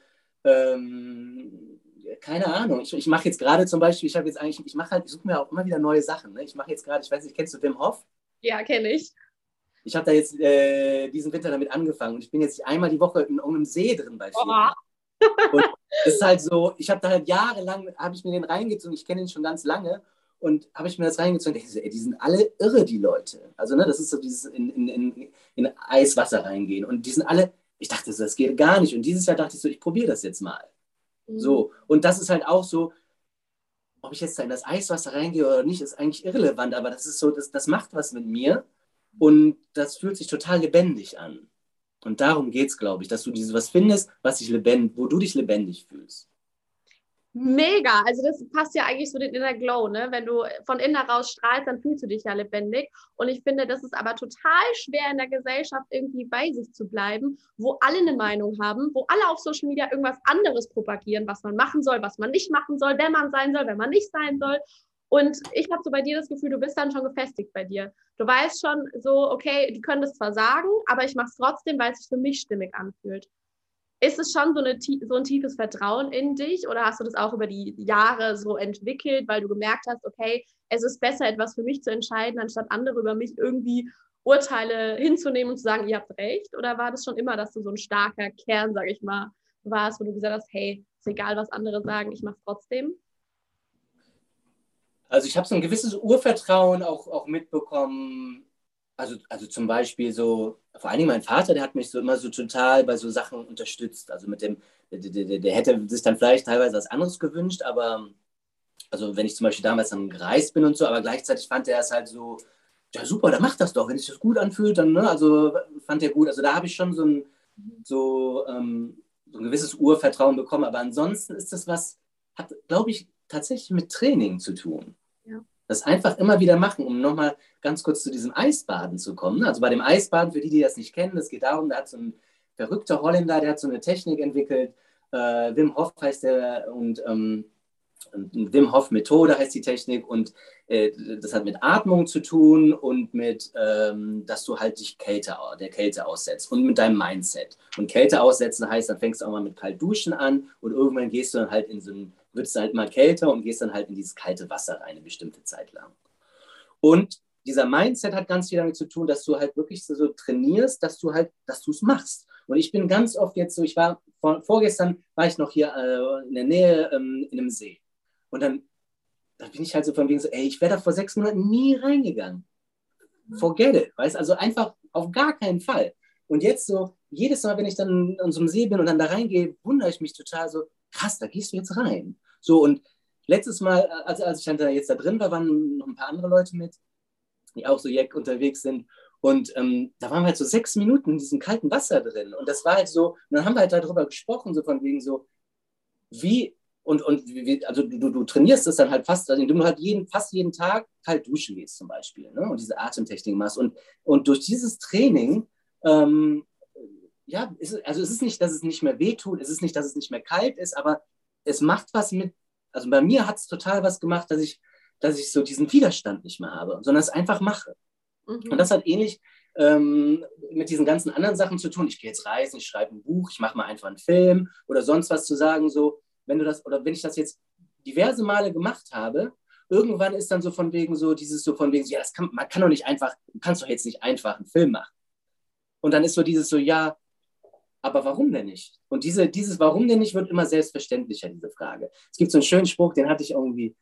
keine Ahnung, ich mache jetzt gerade zum Beispiel, ich suche mir auch immer wieder neue Sachen. Ne? Ich mache jetzt gerade, ich weiß nicht, kennst du Wim Hof? Ja, kenne ich. Ich habe da jetzt diesen Winter damit angefangen und ich bin jetzt einmal die Woche in irgendeinem See drin bei vielen. Und es ist halt so, ich habe da halt jahrelang, habe ich mir den reingezogen, ich kenne ihn schon ganz lange und habe ich mir das reingezogen und dachte, ey, die sind alle irre, die Leute. Also ne, das ist so dieses in Eiswasser reingehen und die sind alle, ich dachte so, das geht gar nicht. Und dieses Jahr dachte ich so, ich probiere das jetzt mal. So, und das ist halt auch so, ob ich jetzt da in das Eiswasser reingehe oder nicht, ist eigentlich irrelevant, aber das ist so, das macht was mit mir. Und das fühlt sich total lebendig an. Und darum geht es, glaube ich, dass du was findest, wo du dich lebendig fühlst. Mega, also das passt ja eigentlich so den Inner Glow, ne? Wenn du von innen heraus strahlst, dann fühlst du dich ja lebendig. Und ich finde, das ist aber total schwer in der Gesellschaft irgendwie bei sich zu bleiben, wo alle eine Meinung haben, wo alle auf Social Media irgendwas anderes propagieren, was man machen soll, was man nicht machen soll, wer man sein soll, wer man nicht sein soll. Und ich habe so bei dir das Gefühl, du bist dann schon gefestigt bei dir. Du weißt schon so, okay, die können das zwar sagen, aber ich mache es trotzdem, weil es sich für mich stimmig anfühlt. Ist es schon so ein tiefes Vertrauen in dich oder hast du das auch über die Jahre so entwickelt, weil du gemerkt hast, okay, es ist besser, etwas für mich zu entscheiden, anstatt andere über mich irgendwie Urteile hinzunehmen und zu sagen, ihr habt recht? Oder war das schon immer, dass du so ein starker Kern, sag ich mal, warst, wo du gesagt hast, hey, ist egal, was andere sagen, ich mache es trotzdem? Also ich habe so ein gewisses Urvertrauen auch mitbekommen. Also zum Beispiel so, vor allen Dingen mein Vater, der hat mich so immer so total bei so Sachen unterstützt. Also mit dem, der hätte sich dann vielleicht teilweise was anderes gewünscht, aber also wenn ich zum Beispiel damals dann gereist bin und so, aber gleichzeitig fand er es halt so, ja super, dann mach das doch, wenn sich das gut anfühlt, dann, ne, also fand er gut. Also da habe ich schon so ein gewisses Urvertrauen bekommen, aber ansonsten ist das was, hat, glaube ich, tatsächlich mit Training zu tun. Ja. Das einfach immer wieder machen, um nochmal ganz kurz zu diesem Eisbaden zu kommen. Also bei dem Eisbaden, für die, die das nicht kennen, das geht darum, da hat so ein verrückter Holländer, der hat so eine Technik entwickelt, Wim Hof heißt der und Wim Hof Methode heißt die Technik und das hat mit Atmung zu tun und mit, dass du halt dich der Kälte aussetzt und mit deinem Mindset. Und Kälte aussetzen heißt, dann fängst du auch mal mit kalt duschen an und irgendwann gehst du dann halt wird es halt immer kälter und gehst dann halt in dieses kalte Wasser rein, eine bestimmte Zeit lang. Und dieser Mindset hat ganz viel damit zu tun, dass du halt wirklich so trainierst, dass du es machst. Und ich bin ganz oft jetzt so, vorgestern war ich noch hier in der Nähe in einem See. Und dann bin ich halt so von wegen so, ey, ich wäre da vor 6 Monaten nie reingegangen. Forget it, weißt, also einfach auf gar keinen Fall. Und jetzt so, jedes Mal, wenn ich dann an so einem See bin und dann da reingehe, wundere ich mich total so, krass, da gehst du jetzt rein. So, und letztes Mal, als ich dann jetzt da drin war, waren noch ein paar andere Leute mit, die auch so Jack unterwegs sind. Und da waren wir halt so 6 Minuten in diesem kalten Wasser drin. Und das war halt so, und dann haben wir halt darüber gesprochen, so von wegen so, wie, also du trainierst es dann halt fast, also indem du halt fast jeden Tag kalt duschen gehst zum Beispiel, ne? Und diese Atemtechnik machst. Und durch dieses Training, ja, also es ist nicht, dass es nicht mehr wehtut, es ist nicht, dass es nicht mehr kalt ist, aber es macht was mit, also bei mir hat es total was gemacht, dass ich so diesen Widerstand nicht mehr habe, sondern es einfach mache. Und das hat ähnlich mit diesen ganzen anderen Sachen zu tun. Ich gehe jetzt reisen, ich schreibe ein Buch, ich mache mal einfach einen Film oder sonst was zu sagen, so, wenn ich das jetzt diverse Male gemacht habe, irgendwann ist dann so von wegen so, ja, man kann doch nicht einfach, du kannst doch jetzt nicht einfach einen Film machen. Und dann ist so dieses so, ja, aber warum denn nicht? Und dieses Warum denn nicht wird immer selbstverständlicher, diese Frage. Es gibt so einen schönen Spruch, den hatte ich irgendwie,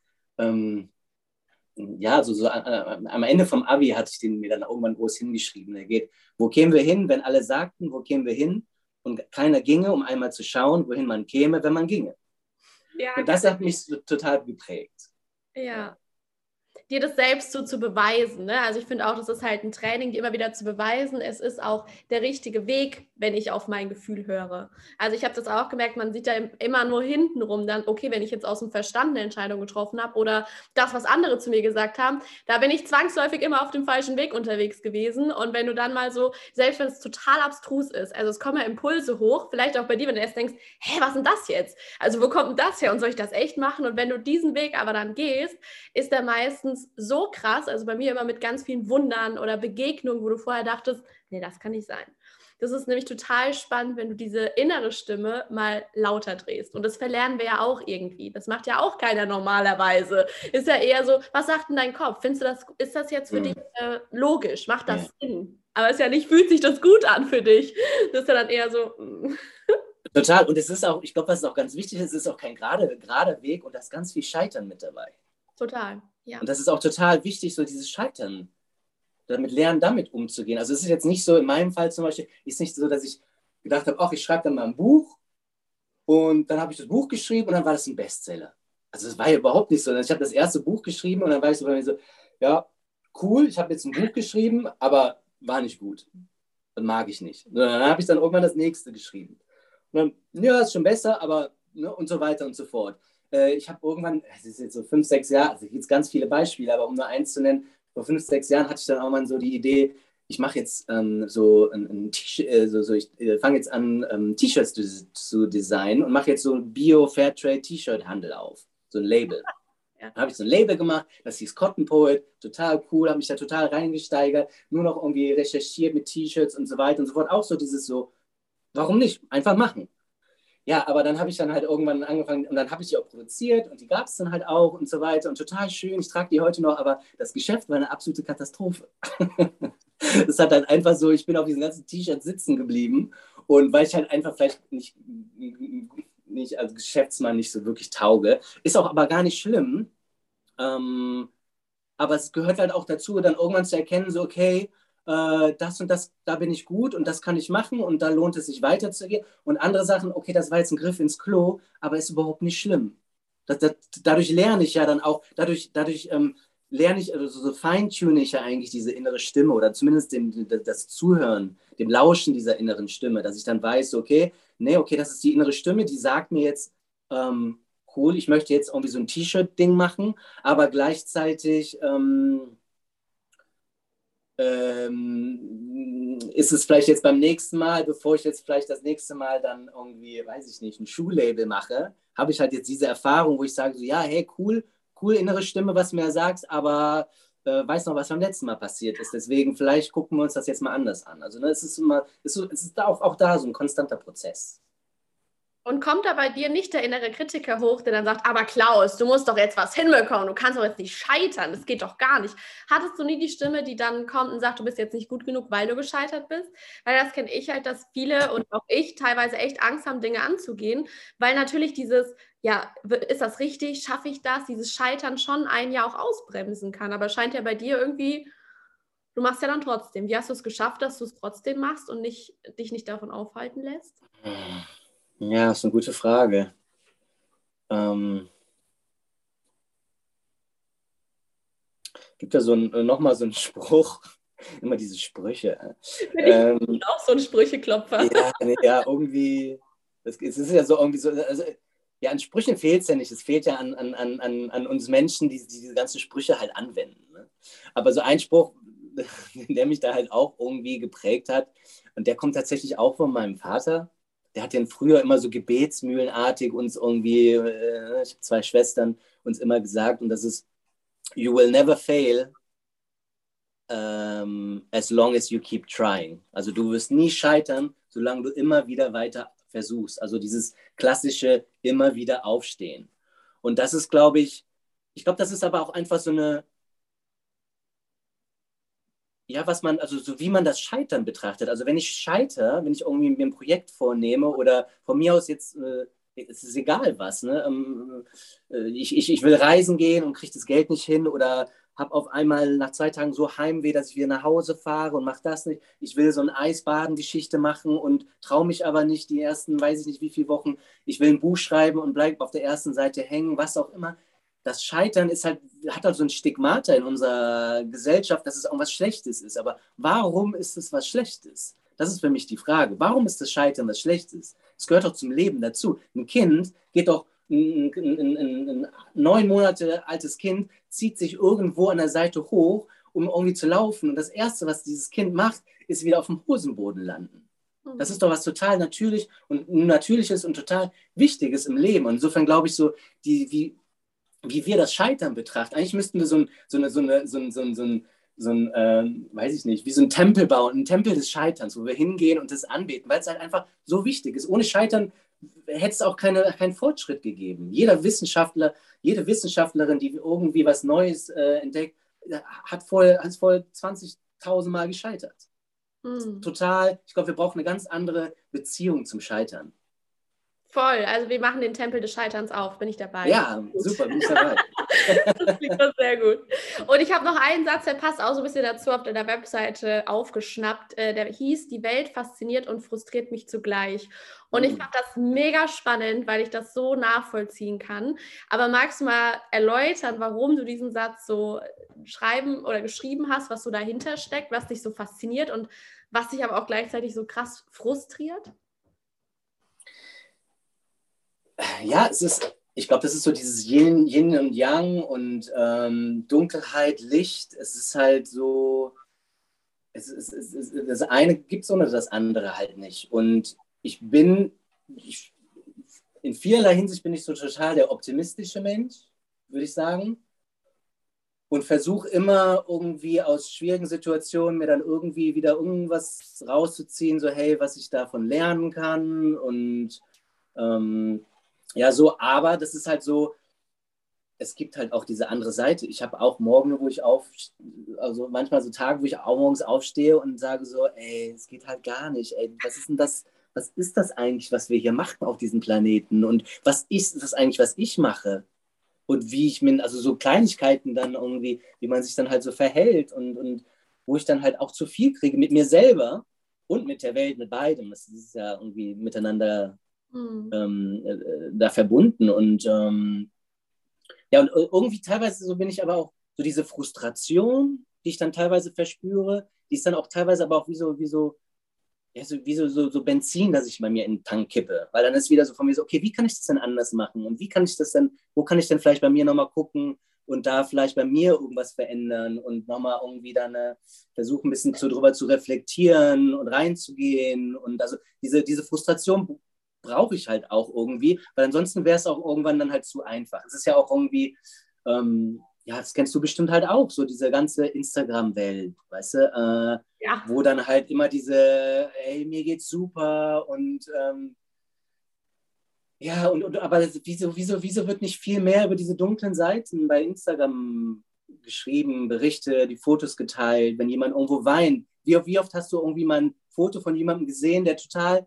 ja, am Ende vom Abi hatte ich den mir dann irgendwann groß hingeschrieben. Der geht, wo kämen wir hin, wenn alle sagten, wo kämen wir hin? Und keiner ginge, um einmal zu schauen, wohin man käme, wenn man ginge. Ja, und das hat mich so total geprägt. Ja. Dir das selbst so zu beweisen, ne? Also ich finde auch, das ist halt ein Training, dir immer wieder zu beweisen, es ist auch der richtige Weg, wenn ich auf mein Gefühl höre. Also ich habe das auch gemerkt, man sieht da immer nur hintenrum dann, okay, wenn ich jetzt aus dem Verstand eine Entscheidung getroffen habe oder das, was andere zu mir gesagt haben, da bin ich zwangsläufig immer auf dem falschen Weg unterwegs gewesen. Und wenn du dann mal so, selbst wenn es total abstrus ist, also es kommen ja Impulse hoch, vielleicht auch bei dir, wenn du erst denkst, hä, was ist denn das jetzt? Also wo kommt denn das her und soll ich das echt machen? Und wenn du diesen Weg aber dann gehst, ist der meistens so krass, also bei mir immer mit ganz vielen Wundern oder Begegnungen, wo du vorher dachtest, nee, das kann nicht sein. Das ist nämlich total spannend, wenn du diese innere Stimme mal lauter drehst. Und das verlernen wir ja auch irgendwie. Das macht ja auch keiner normalerweise. Ist ja eher so, was sagt denn dein Kopf? Findest du das, ist das jetzt für dich logisch? Macht das Sinn? Aber es ist ja nicht, fühlt sich das gut an für dich. Das ist ja dann eher so. Total. Und es ist auch, ich glaube, was auch ganz wichtig ist, es ist auch kein gerader Weg und da ist ganz viel Scheitern mit dabei. Total, ja. Und das ist auch total wichtig, so dieses Scheitern, damit umzugehen. Also es ist jetzt nicht so, in meinem Fall zum Beispiel, ist nicht so, dass ich gedacht habe, ach, ich schreibe dann mal ein Buch und dann habe ich das Buch geschrieben und dann war das ein Bestseller. Also das war ja überhaupt nicht so. Ich habe das erste Buch geschrieben und dann war ich so bei mir so, ja, cool, ich habe jetzt ein Buch geschrieben, aber war nicht gut. Das mag ich nicht. Und dann habe ich dann irgendwann das nächste geschrieben. Und dann, ja, ist schon besser, aber, ne, und so weiter und so fort. Ich habe irgendwann, es ist jetzt so 5, 6 Jahre, also gibt es ganz viele Beispiele, aber um nur eins zu nennen, vor 5, 6 Jahren hatte ich dann auch mal so die Idee, ich mache jetzt so ein T-Shirt, ich fange jetzt an, T-Shirts zu designen und mache jetzt so ein Bio-Fairtrade T-Shirt-Handel auf, so ein Label. Ja. Da habe ich so ein Label gemacht, das hieß Cotton Poet, total cool, habe mich da total reingesteigert, nur noch irgendwie recherchiert mit T-Shirts und so weiter und so fort. Auch so dieses so, warum nicht? Einfach machen. Ja, aber dann habe ich dann halt irgendwann angefangen und dann habe ich die auch produziert und die gab es dann halt auch und so weiter und total schön, ich trage die heute noch, aber das Geschäft war eine absolute Katastrophe. Das hat dann einfach so, ich bin auf diesen ganzen T-Shirts sitzen geblieben und weil ich halt einfach vielleicht nicht nicht als Geschäftsmann nicht so wirklich tauge. Ist auch aber gar nicht schlimm. Aber es gehört halt auch dazu, dann irgendwann zu erkennen, so okay, das und das, da bin ich gut und das kann ich machen und da lohnt es sich weiterzugehen. Und andere Sachen, okay, das war jetzt ein Griff ins Klo, aber ist überhaupt nicht schlimm. Dadurch lerne ich ja dann auch, dadurch lerne ich, also so feintune ich ja eigentlich diese innere Stimme oder zumindest das Zuhören, dem Lauschen dieser inneren Stimme, dass ich dann weiß, okay, nee, okay, das ist die innere Stimme, die sagt mir jetzt, cool, ich möchte jetzt irgendwie so ein T-Shirt-Ding machen, aber gleichzeitig ist es vielleicht jetzt beim nächsten Mal, bevor ich jetzt vielleicht das nächste Mal dann irgendwie, weiß ich nicht, ein Schuhlabel mache, habe ich halt jetzt diese Erfahrung, wo ich sage so, ja, hey, cool, innere Stimme, was du mir sagst, aber weiß noch, was beim letzten Mal passiert ist. Deswegen, vielleicht gucken wir uns das jetzt mal anders an. Also ne, es ist immer, es ist auch da so ein konstanter Prozess. Und kommt da bei dir nicht der innere Kritiker hoch, der dann sagt, aber Klaus, du musst doch jetzt was hinbekommen, du kannst doch jetzt nicht scheitern, das geht doch gar nicht. Hattest du nie die Stimme, die dann kommt und sagt, du bist jetzt nicht gut genug, weil du gescheitert bist? Weil das kenne ich halt, dass viele und auch ich teilweise echt Angst haben, Dinge anzugehen, weil natürlich dieses, ja, ist das richtig, schaffe ich das, dieses Scheitern schon einen ja auch ausbremsen kann, aber scheint ja bei dir irgendwie, du machst ja dann trotzdem. Wie hast du es geschafft, dass du es trotzdem machst und dich nicht davon aufhalten lässt? Ja, das ist eine gute Frage. Gibt ja nochmal so einen Spruch, immer diese Sprüche. Ich bin auch so ein Sprücheklopfer. Ja, irgendwie, es ist ja so irgendwie so, also, ja, an Sprüchen fehlt es ja nicht, es fehlt ja an uns Menschen, die diese ganzen Sprüche halt anwenden. Ne? Aber so ein Spruch, der mich da halt auch irgendwie geprägt hat, und der kommt tatsächlich auch von meinem Vater. Der hat ja früher immer so gebetsmühlenartig uns irgendwie, ich habe 2 Schwestern, uns immer gesagt, und das ist, you will never fail as long as you keep trying. Also du wirst nie scheitern, solange du immer wieder weiter versuchst. Also dieses klassische immer wieder aufstehen. Und das ist, glaube ich, das ist aber auch einfach so eine, ja, also so wie man das Scheitern betrachtet. Also wenn ich scheitere, wenn ich irgendwie mir ein Projekt vornehme oder von mir aus jetzt, es ist egal was, ne? Ich will reisen gehen und kriege das Geld nicht hin oder habe auf einmal nach 2 Tagen so Heimweh, dass ich wieder nach Hause fahre und mache das nicht. Ich will so eine Eisbaden-Geschichte machen und traue mich aber nicht die ersten, weiß ich nicht wie viele Wochen. Ich will ein Buch schreiben und bleibe auf der ersten Seite hängen, was auch immer. Das Scheitern hat halt so ein Stigmata in unserer Gesellschaft, dass es irgendwas Schlechtes ist. Aber warum ist es was Schlechtes? Das ist für mich die Frage. Warum ist das Scheitern was Schlechtes? Es gehört doch zum Leben dazu. Ein Kind geht doch, ein 9 Monate altes Kind zieht sich irgendwo an der Seite hoch, um irgendwie zu laufen. Und das Erste, was dieses Kind macht, ist wieder auf dem Hosenboden landen. Das ist doch was total Natürliches und total Wichtiges im Leben. Und insofern glaube ich so, wie wir das Scheitern betrachten. Eigentlich müssten wir weiß ich nicht, wie so ein Tempel bauen, ein Tempel des Scheiterns, wo wir hingehen und das anbeten, weil es halt einfach so wichtig ist. Ohne Scheitern hätte es auch keinen Fortschritt gegeben. Jeder Wissenschaftler, jede Wissenschaftlerin, die irgendwie was Neues entdeckt, hat voll 20.000 Mal gescheitert. Total, ich glaube, wir brauchen eine ganz andere Beziehung zum Scheitern. Voll, also wir machen den Tempel des Scheiterns auf, bin ich dabei. Ja, super, bin ich dabei. Das klingt doch sehr gut. Und ich habe noch einen Satz, der passt auch so ein bisschen dazu, auf deiner Webseite aufgeschnappt. Der hieß, die Welt fasziniert und frustriert mich zugleich. Und ich fand das mega spannend, weil ich das so nachvollziehen kann. Aber magst du mal erläutern, warum du diesen Satz so schreiben oder geschrieben hast, was so dahinter steckt, was dich so fasziniert und was dich aber auch gleichzeitig so krass frustriert? Ja, ich glaube, das ist so dieses Yin und Yang und Dunkelheit, Licht. Es ist halt so, das eine gibt es ohne das andere halt nicht. Und in vielerlei Hinsicht bin ich so total der optimistische Mensch, würde ich sagen. Und versuche immer irgendwie aus schwierigen Situationen mir dann irgendwie wieder irgendwas rauszuziehen, so hey, was ich davon lernen kann und ja, so, aber das ist halt so, es gibt halt auch diese andere Seite. Ich habe auch Morgen, also manchmal so Tage, wo ich auch morgens aufstehe und sage so, ey, es geht halt gar nicht, ey, was ist denn das, was ist das eigentlich, was wir hier machen auf diesem Planeten? Und was ist das eigentlich, was ich mache? Und wie ich mir, also so Kleinigkeiten dann irgendwie, wie man sich dann halt so verhält und wo ich dann halt auch zu viel kriege mit mir selber und mit der Welt, mit beidem. Das ist ja irgendwie miteinander da verbunden. Und ja, und irgendwie teilweise so bin ich aber auch so diese Frustration, die ich dann teilweise verspüre, die ist dann auch teilweise aber auch ja, so Benzin, das ich bei mir in den Tank kippe. Weil dann ist wieder so von mir so, okay, wie kann ich das denn anders machen? Und wie kann ich das denn, wo kann ich denn vielleicht bei mir nochmal gucken und da vielleicht bei mir irgendwas verändern und nochmal irgendwie dann versuchen, ein bisschen drüber zu reflektieren und reinzugehen. Und also diese Frustration brauche ich halt auch irgendwie, weil ansonsten wäre es auch irgendwann dann halt zu einfach. Es ist ja auch irgendwie, ja, das kennst du bestimmt halt auch, so diese ganze Instagram-Welt, weißt du, Ja. wo dann halt immer diese, ey, mir geht's super und ja, aber wieso wird nicht viel mehr über diese dunklen Seiten bei Instagram geschrieben, Berichte, die Fotos geteilt, wenn jemand irgendwo weint? Wie oft hast du irgendwie mal ein Foto von jemandem gesehen, der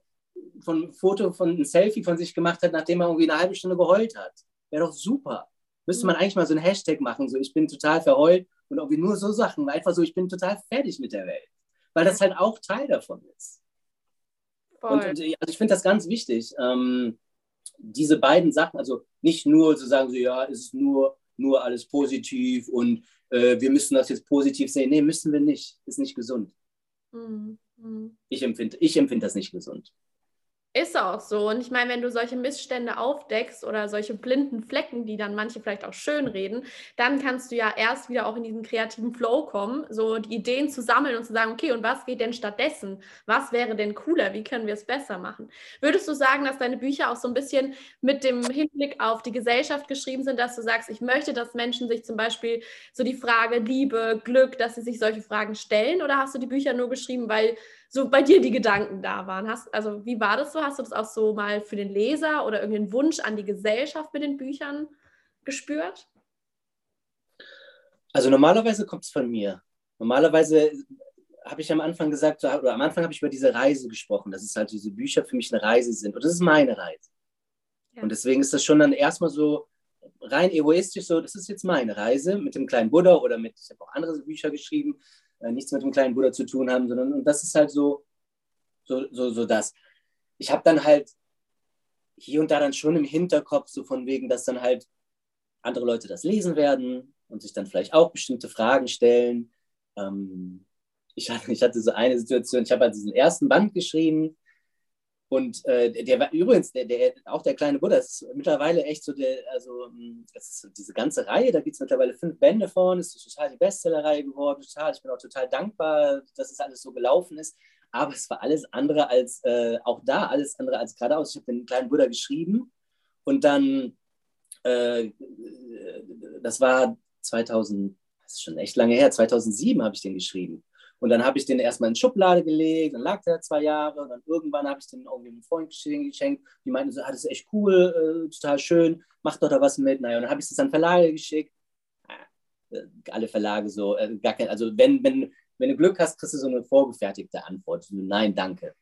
ein Selfie von sich gemacht hat, nachdem er irgendwie eine halbe Stunde geheult hat? Wäre doch super. Müsste man eigentlich mal so einen Hashtag machen, so ich bin total verheult und irgendwie nur so Sachen, einfach so, ich bin total fertig mit der Welt. Weil das halt auch Teil davon ist. Und also ich finde das ganz wichtig, diese beiden Sachen, also nicht nur zu sagen, so ja, es ist nur alles positiv und wir müssen das jetzt positiv sehen. Nee, müssen wir nicht. Ist nicht gesund. Mhm. Ich empfinde das nicht gesund. Ist auch so. Und ich meine, wenn du solche Missstände aufdeckst oder solche blinden Flecken, die dann manche vielleicht auch schön reden, dann kannst du ja erst wieder auch in diesen kreativen Flow kommen, so die Ideen zu sammeln und zu sagen, okay, und was geht denn stattdessen? Was wäre denn cooler? Wie können wir es besser machen? Würdest du sagen, dass deine Bücher auch so ein bisschen mit dem Hinblick auf die Gesellschaft geschrieben sind, dass du sagst, ich möchte, dass Menschen sich zum Beispiel so die Frage Liebe, Glück, dass sie sich solche Fragen stellen? Oder hast du die Bücher nur geschrieben, weil so bei dir die Gedanken da waren? Also wie war das so? Hast du das auch so mal für den Leser oder irgendeinen Wunsch an die Gesellschaft mit den Büchern gespürt? Also normalerweise kommt es von mir. Normalerweise habe ich am Anfang gesagt, oder am Anfang habe ich über diese Reise gesprochen, dass es halt diese Bücher für mich eine Reise sind. Und das ist meine Reise. Ja. Und deswegen ist das schon dann erstmal so rein egoistisch so, das ist jetzt meine Reise mit dem kleinen Buddha oder ich habe auch andere Bücher geschrieben, nichts mit dem kleinen Buddha zu tun haben, sondern und das ist halt so das. Ich habe dann halt hier und da dann schon im Hinterkopf so von wegen, dass dann halt andere Leute das lesen werden und sich dann vielleicht auch bestimmte Fragen stellen. Ich hatte so eine Situation, ich habe halt diesen ersten Band geschrieben und der war übrigens, auch der kleine Buddha, das ist mittlerweile echt so, das ist so diese ganze Reihe, da gibt es mittlerweile 5 Bände von, ist total die Bestsellerreihe geworden, total. Ich bin auch total dankbar, dass es alles so gelaufen ist, aber es war alles andere als, auch da alles andere als geradeaus. Ich habe den kleinen Buddha geschrieben und dann, das war 2000, das ist schon echt lange her, 2007 habe ich den geschrieben. Und dann habe ich den erstmal in die Schublade gelegt, dann lag der 2 Jahre und dann irgendwann habe ich den irgendwie einem Freund geschenkt. Die meinten so, das ist echt cool, total schön, mach doch da was mit. Naja, und dann habe ich es an Verlage geschickt. Alle Verlage so, gar kein, also wenn du Glück hast, kriegst du so eine vorgefertigte Antwort. So, nein, danke.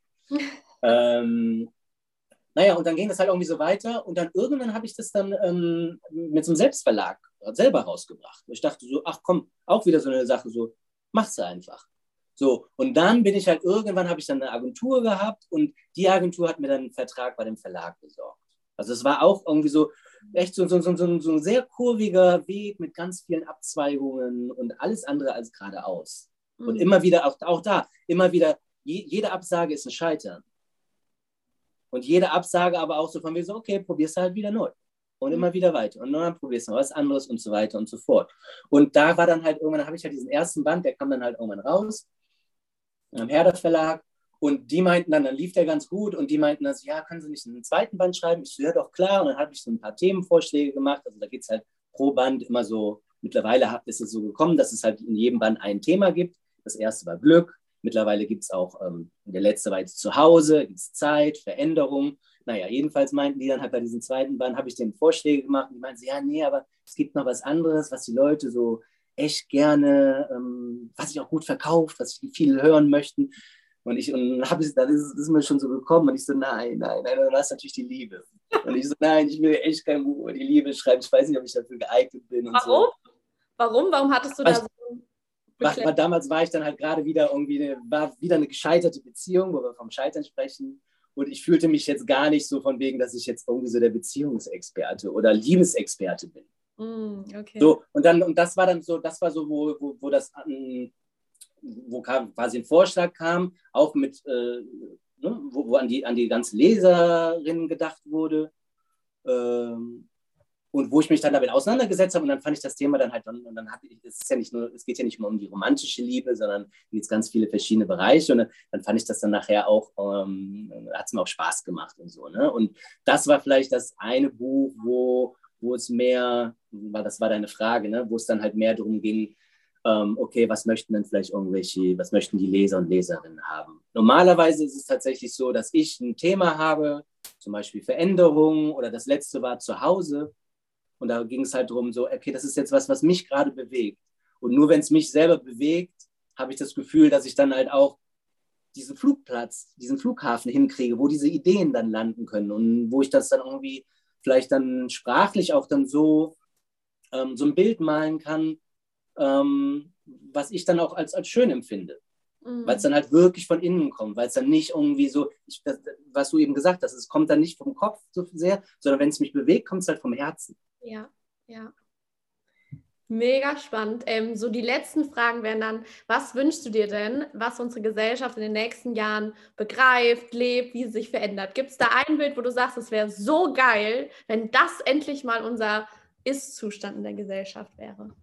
Naja, und dann ging das halt irgendwie so weiter und dann irgendwann habe ich das dann mit so einem Selbstverlag selber rausgebracht. Ich dachte so, ach komm, auch wieder so eine Sache, so, mach's einfach. So, und dann bin ich halt, irgendwann habe ich dann eine Agentur gehabt und die Agentur hat mir dann einen Vertrag bei dem Verlag besorgt. Also es war auch irgendwie so, echt so ein sehr kurviger Weg mit ganz vielen Abzweigungen und alles andere als geradeaus. Mhm. Und immer wieder, auch da, immer wieder, jede Absage ist ein Scheitern. Und jede Absage aber auch so von mir so, okay, probierst du halt wieder neu. Und immer wieder weiter. Und dann probierst du noch was anderes und so weiter und so fort. Und da war dann halt irgendwann, habe ich halt diesen ersten Band, der kam dann halt irgendwann raus, am Herder Verlag. Und die meinten dann lief der ganz gut. Und die meinten dann so, ja, können Sie nicht einen zweiten Band schreiben? Ich so, ja, doch, klar. Und dann habe ich so ein paar Themenvorschläge gemacht. Also da geht es halt pro Band immer so, mittlerweile ist es so gekommen, dass es halt in jedem Band ein Thema gibt. Das erste war Glück. Mittlerweile gibt es auch, der letzte war jetzt Zuhause, gibt es Zeit, Veränderung. Naja, jedenfalls meinten die dann halt bei diesem zweiten Band, habe ich denen Vorschläge gemacht und die meinten, ja, nee, aber es gibt noch was anderes, was die Leute so echt gerne, was sich auch gut verkauft, was viele hören möchten. Und dann ist mir schon so gekommen und ich so, nein, und dann war es natürlich die Liebe. Und ich so, nein, ich will echt kein Buch über die Liebe schreiben, ich weiß nicht, ob ich dafür geeignet bin und Warum? so. Warum hattest du da so Damals war ich dann halt gerade wieder war wieder eine gescheiterte Beziehung, wo wir vom Scheitern sprechen. Und ich fühlte mich jetzt gar nicht so von wegen, dass ich jetzt irgendwie so der Beziehungsexperte oder Liebesexperte bin. Okay. So, und das war dann so, wo quasi ein Vorschlag kam, auch mit, wo an die ganzen Leserinnen gedacht wurde. Und wo ich mich dann damit auseinandergesetzt habe und dann fand ich das Thema dann halt, und dann es geht ja nicht nur um die romantische Liebe, sondern es ganz viele verschiedene Bereiche und dann fand ich das dann nachher auch, hat es mir auch Spaß gemacht und so, ne? Und das war vielleicht das eine Buch, wo es mehr, das war deine Frage, ne? Wo es dann halt mehr darum ging, okay, was möchten die Leser und Leserinnen haben? Normalerweise ist es tatsächlich so, dass ich ein Thema habe, zum Beispiel Veränderung oder das letzte war zu Hause. Und da ging es halt darum, so, okay, das ist jetzt was mich gerade bewegt. Und nur wenn es mich selber bewegt, habe ich das Gefühl, dass ich dann halt auch diesen Flughafen hinkriege, wo diese Ideen dann landen können und wo ich das dann irgendwie vielleicht dann sprachlich auch dann so ein Bild malen kann, was ich dann auch als schön empfinde. Weil es dann halt wirklich von innen kommt, weil es dann nicht irgendwie so, was du eben gesagt hast, es kommt dann nicht vom Kopf so sehr, sondern wenn es mich bewegt, kommt es halt vom Herzen. Ja. Mega spannend. So die letzten Fragen wären dann, was wünschst du dir denn, was unsere Gesellschaft in den nächsten Jahren begreift, lebt, wie sie sich verändert? Gibt es da ein Bild, wo du sagst, es wäre so geil, wenn das endlich mal unser Ist-Zustand in der Gesellschaft wäre?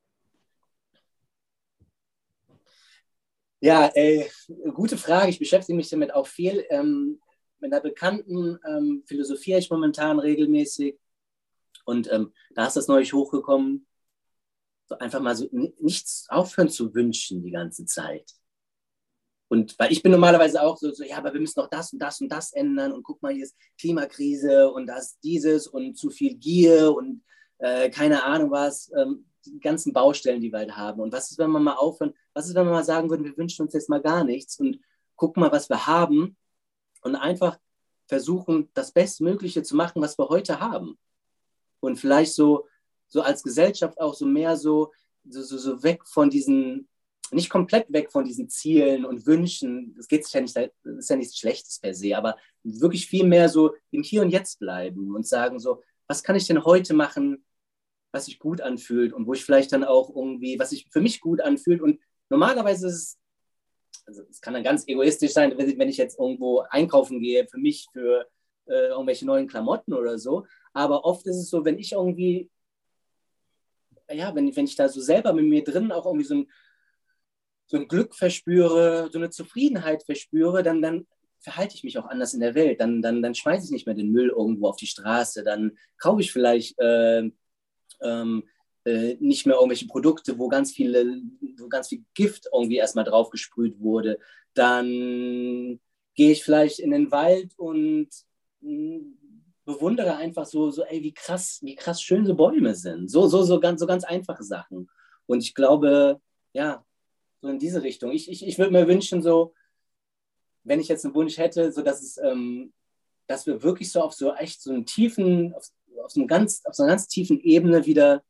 Ja, gute Frage. Ich beschäftige mich damit auch viel. Mit einer Bekannten philosophiere ich momentan regelmäßig. Und da ist das neulich hochgekommen, so einfach mal so nichts aufhören zu wünschen die ganze Zeit. Und weil ich bin normalerweise auch so, ja, aber wir müssen noch das und das und das ändern und guck mal, hier ist Klimakrise und das dieses und zu viel Gier und keine Ahnung was, die ganzen Baustellen, die wir halt haben. Und was ist, wenn wir mal aufhören, was ist, wenn wir mal sagen würden, wir wünschen uns jetzt mal gar nichts und gucken mal, was wir haben und einfach versuchen, das Bestmögliche zu machen, was wir heute haben. Und vielleicht so als Gesellschaft auch so mehr so weg von diesen, nicht komplett weg von diesen Zielen und Wünschen, das ist ja nichts Schlechtes per se, aber wirklich viel mehr so im Hier und Jetzt bleiben und sagen so, was kann ich denn heute machen, was sich gut anfühlt und wo ich vielleicht dann auch irgendwie, was sich für mich gut anfühlt. Und normalerweise ist es kann dann ganz egoistisch sein, wenn ich jetzt irgendwo einkaufen gehe, für mich, für irgendwelche neuen Klamotten oder so. Aber oft ist es so, wenn ich irgendwie, ja, wenn ich da so selber mit mir drin auch irgendwie so ein Glück verspüre, so eine Zufriedenheit verspüre, dann verhalte ich mich auch anders in der Welt. Dann schmeiße ich nicht mehr den Müll irgendwo auf die Straße. Dann kaufe ich vielleicht nicht mehr irgendwelche Produkte, wo ganz viel Gift irgendwie erstmal drauf gesprüht wurde. Dann gehe ich vielleicht in den Wald und bewundere einfach so, ey, wie krass schön so Bäume sind. So ganz einfache Sachen. Und ich glaube, ja, so in diese Richtung. Ich würde mir wünschen, so, wenn ich jetzt einen Wunsch hätte, so dass wir wirklich so auf so echt so einen tiefen, auf so einer ganz tiefen Ebene wieder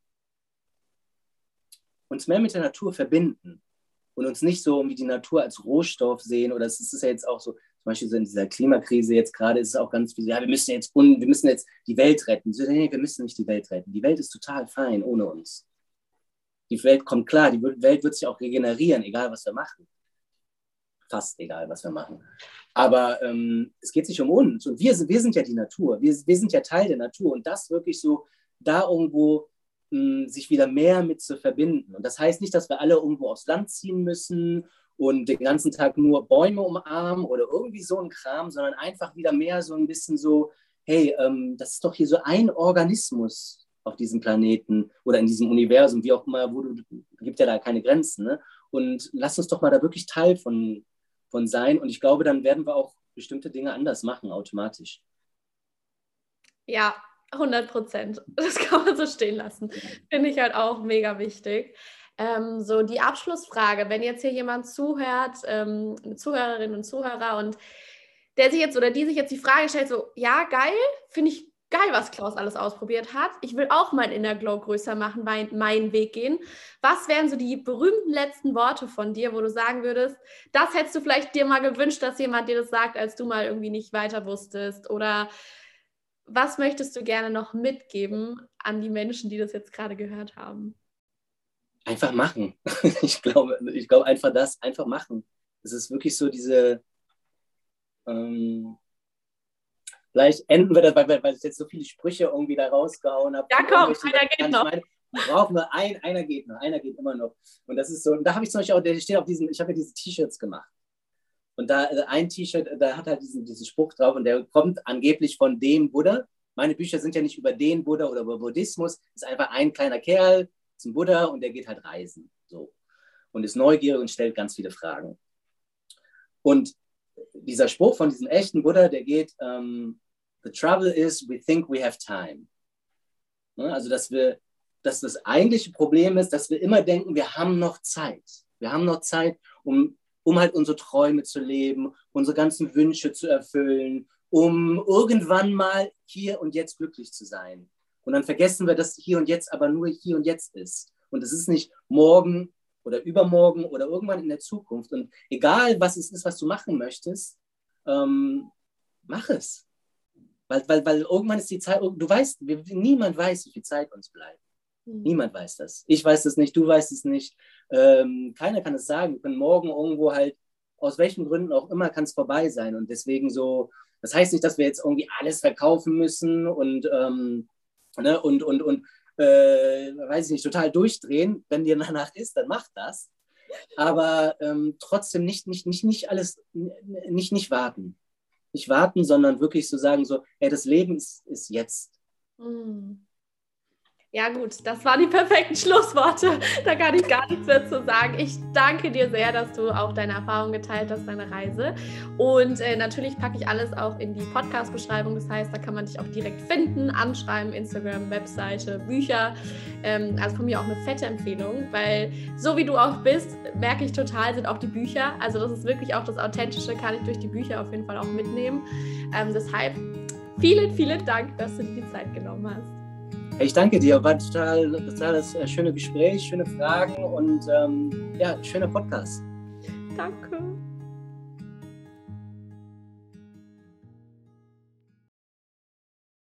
uns mehr mit der Natur verbinden und uns nicht so irgendwie die Natur als Rohstoff sehen. Oder es ist ja jetzt auch so, zum Beispiel so in dieser Klimakrise jetzt gerade ist es auch ganz viel, ja, wir müssen jetzt die Welt retten. So, nee, wir müssen nicht die Welt retten. Die Welt ist total fein ohne uns. Die Welt kommt klar, die Welt wird sich auch regenerieren, egal was wir machen. Fast egal, was wir machen. Aber es geht sich um uns und wir sind ja die Natur. Wir sind ja Teil der Natur und das wirklich so da irgendwo sich wieder mehr mit zu verbinden. Und das heißt nicht, dass wir alle irgendwo aufs Land ziehen müssen und den ganzen Tag nur Bäume umarmen oder irgendwie so ein Kram, sondern einfach wieder mehr so ein bisschen so, hey, das ist doch hier so ein Organismus auf diesem Planeten oder in diesem Universum, wie auch immer, gibt ja da keine Grenzen, ne? Und lass uns doch mal da wirklich Teil von sein. Und ich glaube, dann werden wir auch bestimmte Dinge anders machen, automatisch. Ja, 100%. Das kann man so stehen lassen. Finde ich halt auch mega wichtig. So die Abschlussfrage, wenn jetzt hier jemand zuhört, eine Zuhörerin und Zuhörer und der sich jetzt oder die sich jetzt die Frage stellt, so, ja, geil, finde ich geil, was Klaus alles ausprobiert hat. Ich will auch mein Inner Glow größer machen, meinen Weg gehen. Was wären so die berühmten letzten Worte von dir, wo du sagen würdest, das hättest du vielleicht dir mal gewünscht, dass jemand dir das sagt, als du mal irgendwie nicht weiter wusstest? Oder was möchtest du gerne noch mitgeben an die Menschen, die das jetzt gerade gehört haben? Einfach machen. Ich glaube einfach einfach machen. Es ist wirklich so diese vielleicht enden wir das, weil ich jetzt so viele Sprüche irgendwie da rausgehauen habe. Ja, komm, einer geht noch. Wir brauchen nur einer geht noch, einer geht immer noch. Und das ist so, und da habe ich zum Beispiel auch, der steht auf ich habe ja diese T-Shirts gemacht. Und da ein T-Shirt, da hat halt diesen Spruch drauf und der kommt angeblich von dem Buddha. Meine Bücher sind ja nicht über den Buddha oder über Buddhismus. Es ist einfach ein kleiner Kerl, ist ein Buddha und der geht halt reisen. So. Und ist neugierig und stellt ganz viele Fragen. Und dieser Spruch von diesem echten Buddha, der geht, the trouble is, we think we have time. Also, dass das eigentliche Problem ist, dass wir immer denken, wir haben noch Zeit. Wir haben noch Zeit, um halt unsere Träume zu leben, unsere ganzen Wünsche zu erfüllen, um irgendwann mal hier und jetzt glücklich zu sein. Und dann vergessen wir, dass hier und jetzt aber nur hier und jetzt ist. Und es ist nicht morgen oder übermorgen oder irgendwann in der Zukunft. Und egal, was es ist, was du machen möchtest, mach es. Weil irgendwann ist die Zeit, du weißt, niemand weiß, wie viel Zeit uns bleibt. Niemand weiß das. Ich weiß das nicht, du weißt es nicht. Keiner kann es sagen. Wir können morgen irgendwo halt, aus welchen Gründen auch immer, kann es vorbei sein. Und deswegen so, das heißt nicht, dass wir jetzt irgendwie alles verkaufen müssen und weiß ich nicht, total durchdrehen. Wenn dir danach ist, dann mach das. Aber trotzdem nicht alles, nicht warten. Nicht warten, sondern wirklich so sagen, so, hey, das Leben ist jetzt. Ja gut, das waren die perfekten Schlussworte. Da kann ich gar nichts mehr zu sagen. Ich danke dir sehr, dass du auch deine Erfahrungen geteilt hast, deine Reise. Und natürlich packe ich alles auch in die Podcast-Beschreibung. Das heißt, da kann man dich auch direkt finden, anschreiben, Instagram, Webseite, Bücher. Also von mir auch eine fette Empfehlung, weil so wie du auch bist, merke ich total, sind auch die Bücher. Also das ist wirklich auch das Authentische, kann ich durch die Bücher auf jeden Fall auch mitnehmen. Deshalb vielen Dank, dass du dir die Zeit genommen hast. Ich danke dir, war total das schöne Gespräch, schöne Fragen und schöner Podcast. Danke.